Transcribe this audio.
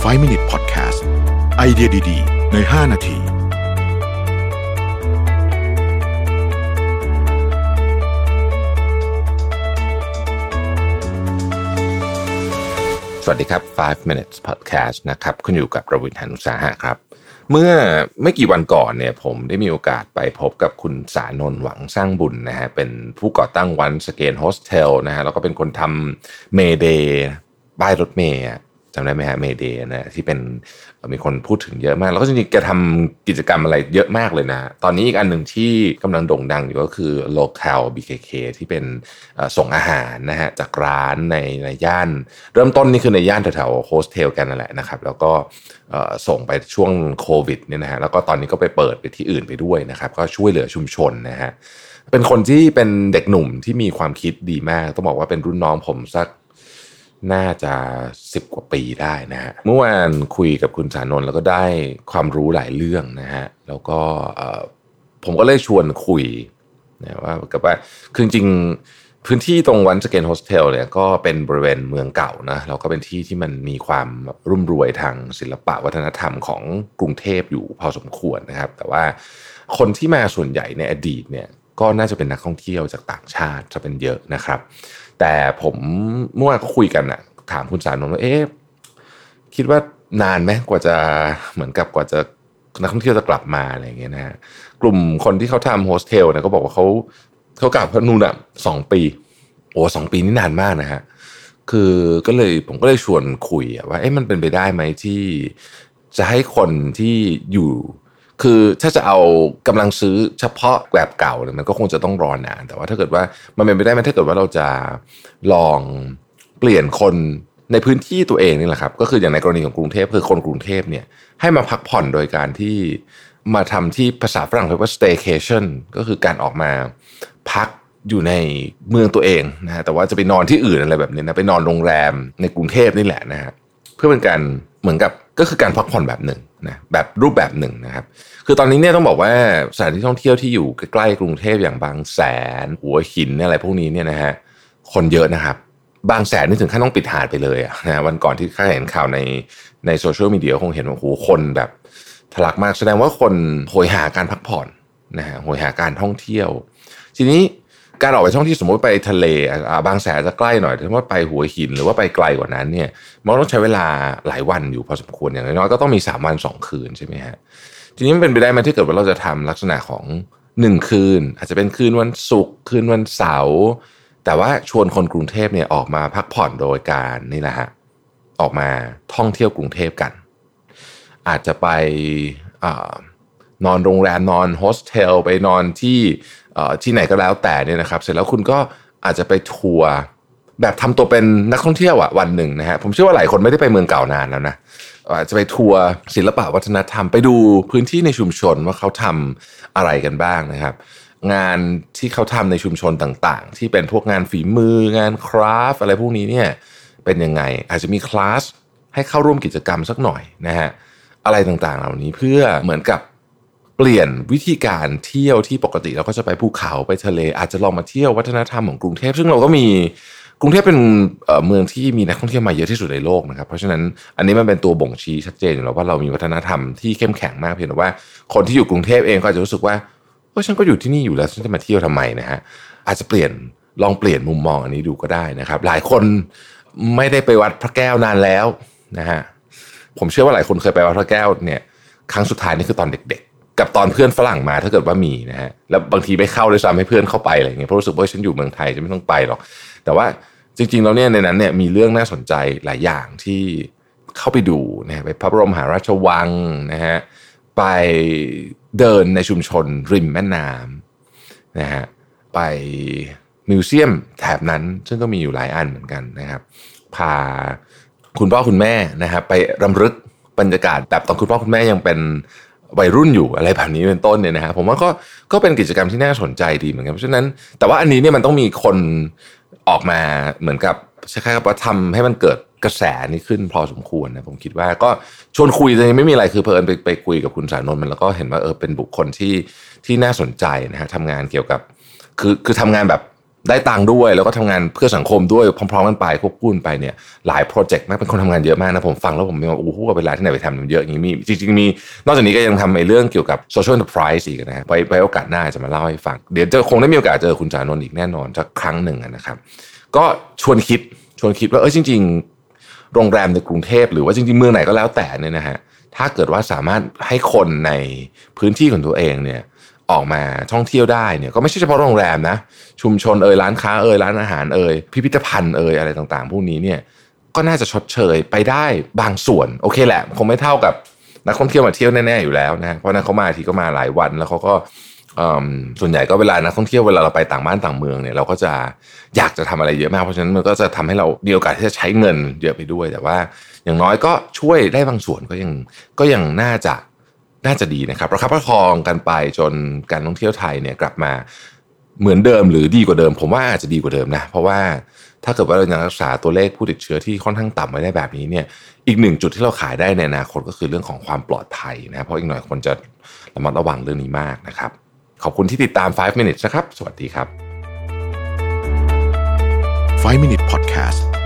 5 Minute Podcast ไอเดียดีๆใน5นาทีสวัสดีครับ5 minutes podcast นะครับคุณอยู่กับประวิทย์ หาญอุตสาหะครับเมื่อไม่กี่วันก่อนเนี่ยผมได้มีโอกาสไปพบกับคุณสานนท์หวังสร้างบุญนะฮะเป็นผู้ก่อตั้ง Once Again Hostel นะฮะแล้วก็เป็นคนทำ Mayday ป้ายรถเมล์จำได้ไหมฮะ Mayday นะที่เป็นมีคนพูดถึงเยอะมากแล้วก็จริงๆแกทำกิจกรรมอะไรเยอะมากเลยนะตอนนี้อีกอันหนึ่งที่กำลังโด่งดังอยู่ก็คือ Local BKK ที่เป็นส่งอาหารนะฮะจากร้านในย่านเริ่มต้นนี่คือในย่านแถวๆโฮสเทลกันนั่นแหละนะครับแล้วก็ส่งไปช่วงโควิดเนี่ยนะฮะแล้วก็ตอนนี้ก็ไปเปิดไปที่อื่นไปด้วยนะครับก็ช่วยเหลือชุมชนนะฮะเป็นคนที่เป็นเด็กหนุ่มที่มีความคิดดีมากต้องบอกว่าเป็นรุ่นน้องผมสักน่าจะ10 กว่าปีได้นะฮะเมื่อวานคุยกับคุณสานนท์แล้วก็ได้ความรู้หลายเรื่องนะฮะแล้วก็ผมก็เลยชวนคุยนะว่าคือจริงๆพื้นที่ตรงOnce Again Hostelเนี่ยก็เป็นบริเวณเมืองเก่านะแล้วก็เป็นที่ที่มันมีความรุ่มรวยทางศิลปะวัฒนธรรมของกรุงเทพอยู่พอสมควรนะครับแต่ว่าคนที่มาส่วนใหญ่ในอดีตเนี่ยก็น่าจะเป็นนักท่องเที่ยวจากต่างชาติจะเป็นเยอะนะครับแต่ผมเมื่อวานก็คุยกันนะถามคุณสานนท์ว่าคิดว่านานไหมกว่าจะเหมือนกับกว่าจะนักท่องเที่ยวจะกลับมาอะไรอย่างเงี้ยนะฮะกลุ่มคนที่เขาทำโฮสเทลเนี่ยก็บอกว่าเขากลับนู่นอ่ะ2 ปีโอ้2 ปีนี่นานมากนะฮะคือผมก็เลยชวนคุยว่ามันเป็นไปได้ไหมที่จะให้คนที่อยู่คือถ้าจะเอากำลังซื้อเฉพาะแบบเก่าเนี่ยมันก็คงจะต้องรอนานแต่ว่าถ้าเกิดว่ามันเป็นไปได้ไหมถ้าเกิดว่าเราจะลองเปลี่ยนคนในพื้นที่ตัวเองนี่แหละครับก็คืออย่างในกรณีของกรุงเทพคือคนกรุงเทพเนี่ยให้มาพักผ่อนโดยการที่มาทำที่ภาษาฝรั่งเรียกว่า staycation ก็คือการออกมาพักอยู่ในเมืองตัวเองนะฮะแต่ว่าจะไปนอนที่อื่นอะไรแบบนี้นะไปนอนโรงแรมในกรุงเทพนี่แหละนะฮะเพื่อเป็นการเหมือนกับก็คือการพักผ่อนแบบหนึ่งนะแบบรูปแบบหนึ่งนะครับคือตอนนี้เนี่ยต้องบอกว่าสถานที่ท่องเที่ยวที่อยู่ใกล้ๆกรุงเทพอย่างบางแสนหัวหินอะไรพวกนี้เนี่ยนะฮะคนเยอะนะครับบางแสนนี่ถึงขั้นต้องปิดหาดไปเลยนะวันก่อนที่ข้าเห็นข่าวในโซเชียลมีเดียคงเห็นว่าโอ้โหคนแบบทะลักมากแสดงว่าคนโหยหาการพักผ่อนนะฮะโหยหาการท่องเที่ยวทีนี้การออกไปท่องเที่ยวสมมติไปทะเลบางแสนจะใกล้หน่อยถ้าว่าไปหัวหินหรือว่าไปไกลกว่านั้นเนี่ยมันต้องใช้เวลาหลายวันอยู่พอสมควรอย่างน้อยก็ต้องมี3 วัน2 คืนใช่ไหมฮะทีนี้มันเป็นไปได้ไหมที่เกิดว่าเราจะทำลักษณะของ1 คืนอาจจะเป็นคืนวันศุกร์คืนวันเสาร์แต่ว่าชวนคนกรุงเทพเนี่ยออกมาพักผ่อนโดยการนี่แหละฮะออกมาท่องเที่ยวกรุงเทพกันอาจจะไปนอนโรงแรมนอนโฮสเทลไปนอนที่ไหนก็แล้วแต่เนี่ยนะครับเสร็จแล้วคุณก็อาจจะไปทัวร์แบบทำตัวเป็นนักท่องเที่ยววันหนึ่งนะฮะผมเชื่อว่าหลายคนไม่ได้ไปเมืองเก่านานแล้วนะจะไปทัวร์ศิลปะวัฒนธรรมไปดูพื้นที่ในชุมชนว่าเขาทำอะไรกันบ้างนะครับงานที่เขาทำในชุมชนต่างๆที่เป็นพวกงานฝีมืองานคราฟต์อะไรพวกนี้เนี่ยเป็นยังไงอาจจะมีคลาสให้เข้าร่วมกิจกรรมสักหน่อยนะฮะอะไรต่างๆเหล่านี้เพื่อเหมือนกับเปลี่ยนวิธีการเที่ยวที่ปกติเราก็จะไปภูเขาไปทะเลอาจจะลองมาเที่ยววัฒนธรรมของกรุงเทพซึ่งเราก็มีกรุงเทพเป็นเมืองที่มีนักท่องเที่ยวมาเยอะที่สุดในโลกนะครับเพราะฉะนั้นอันนี้มันเป็นตัวบ่งชี้ชัดเจนอยู่แล้วว่าเรามีวัฒนธรรมที่เข้มแข็งมากเพียงแต่ว่าคนที่อยู่กรุงเทพเองก็อาจจะรู้สึกว่าฉันก็อยู่ที่นี่อยู่แล้วฉันจะมาเที่ยวทำไมนะฮะอาจจะลองเปลี่ยนมุมมองอันนี้ดูก็ได้นะครับหลายคนไม่ได้ไปวัดพระแก้วนานแล้วนะฮะผมเชื่อว่าหลายคนเคยไปวัดพระแก้วเนี่ยครั้งสุดท้ายนี่คือตอนเด็กๆกับตอนเพื่อนฝรั่งมาถ้าเกิดว่ามีนะฮะแล้วบางทีไม่เข้าด้วยซ้ำให้เพื่อนเข้าไปอะไรอย่างเงี้ยเพราะรู้สึกว่าฉันอยู่เมืองไทยจะไม่ต้องไปหรอกแต่ว่าจริงๆแล้วเนี่ยในนั้นเนี่ยมีเรื่องน่าสนใจหลายอย่างที่เข้าไปดูนะไปพระบรมมหาราชวังนะฮะไปเดินในชุมชนริมแม่น้ำนะฮะไปมิวเซียมแถบนั้นซึ่งก็มีอยู่หลายอันเหมือนกันนะครับพาคุณพ่อคุณแม่นะครับไปรำลึกบรรยากาศแบบตอนคุณพ่อคุณแม่ยังเป็นวัยรุ่นอยู่อะไรแบบนี้เป็นต้นเนี่ยนะฮะผมว่าก็เป็นกิจกรรมที่น่าสนใจดีเหมือนกันเพราะฉะนั้นแต่ว่าอันนี้เนี่ยมันต้องมีคนออกมาเหมือนกับใช่ครับว่าทำให้มันเกิดกระแสนี้ขึ้นพอสมควรนะผมคิดว่าก็ชวนคุยแต่ยังไม่มีอะไรคือเพิ่นไปคุยกับคุณสานนท์มันแล้วก็เห็นว่าเป็นบุคคลที่น่าสนใจนะฮะทำงานเกี่ยวกับคือทำงานแบบได้ตังค์ด้วยแล้วก็ทำงานเพื่อสังคมด้วยพร้อมๆกันไปควบคู่กันไปเนี่ยหลายโปรเจกต์เป็นคนทำงานเยอะมากนะผมฟังแล้วผมมีว่าโอ้โหเวลาที่ไหนไปทำเยอะอย่างนี้มีจริงๆมีนอกจากนี้ก็ยังทำในเรื่องเกี่ยวกับ social enterprise อีกนะไปโอกาสหน้าจะมาเล่าให้ฟังเดี๋ยวจะคงได้มีโอกาสเจอคุณจานนท์อีกแน่นอนสักครั้งหนึ่งนะครับก็ชวนคิดว่าจริงๆโรงแรมในกรุงเทพหรือว่าจริงๆเมืองไหนก็แล้วแต่เนี่ยนะฮะถ้าเกิดว่าสามารถให้คนในพื้นที่ของตัวเองเนี่ยออกมาท่องเที่ยวได้เนี่ยก็ไม่ใช่เฉพาะโรงแรมนะชุมชนร้านค้าร้านอาหารพิพิธภัณฑ์อะไรต่างๆพวกนี้เนี่ยก็น่าจะชดเชยไปได้บางส่วนโอเคแหละคงไม่เท่ากับนักท่องเที่ยวมาเที่ยวแน่ๆอยู่แล้วนะเพราะนั้นเขามาทีก็มาหลายวันแล้วเขาก็ส่วนใหญ่ก็เวลานักท่องเที่ยวเวลาเราไปต่างบ้านต่างเมืองเนี่ยเราก็จะอยากจะทำอะไรเยอะมากเพราะฉะนั้นมันก็จะทำให้เรามีโอกาสที่จะใช้เงินเยอะไปด้วยแต่ว่าอย่างน้อยก็ช่วยได้บางส่วนก็ยังน่าจะดีนะครับประคับประคองกันไปจนการท่องเที่ยวไทยเนี่ยกลับมาเหมือนเดิมหรือดีกว่าเดิมผมว่าอาจจะดีกว่าเดิมนะเพราะว่าถ้าเกิดว่าเรายังรักษาตัวเลขผู้ติดเชื้อที่ค่อนข้างต่ำไว้ได้แบบนี้เนี่ยอีกหนึ่งจุดที่เราขายได้ในอนาคตก็คือเรื่องของความปลอดภัยนะเพราะอีกหน่อยคนจะระมัดระวังเรื่องนี้มากนะครับขอบคุณที่ติดตาม5 minutes นะครับสวัสดีครับ 5 Minute Podcast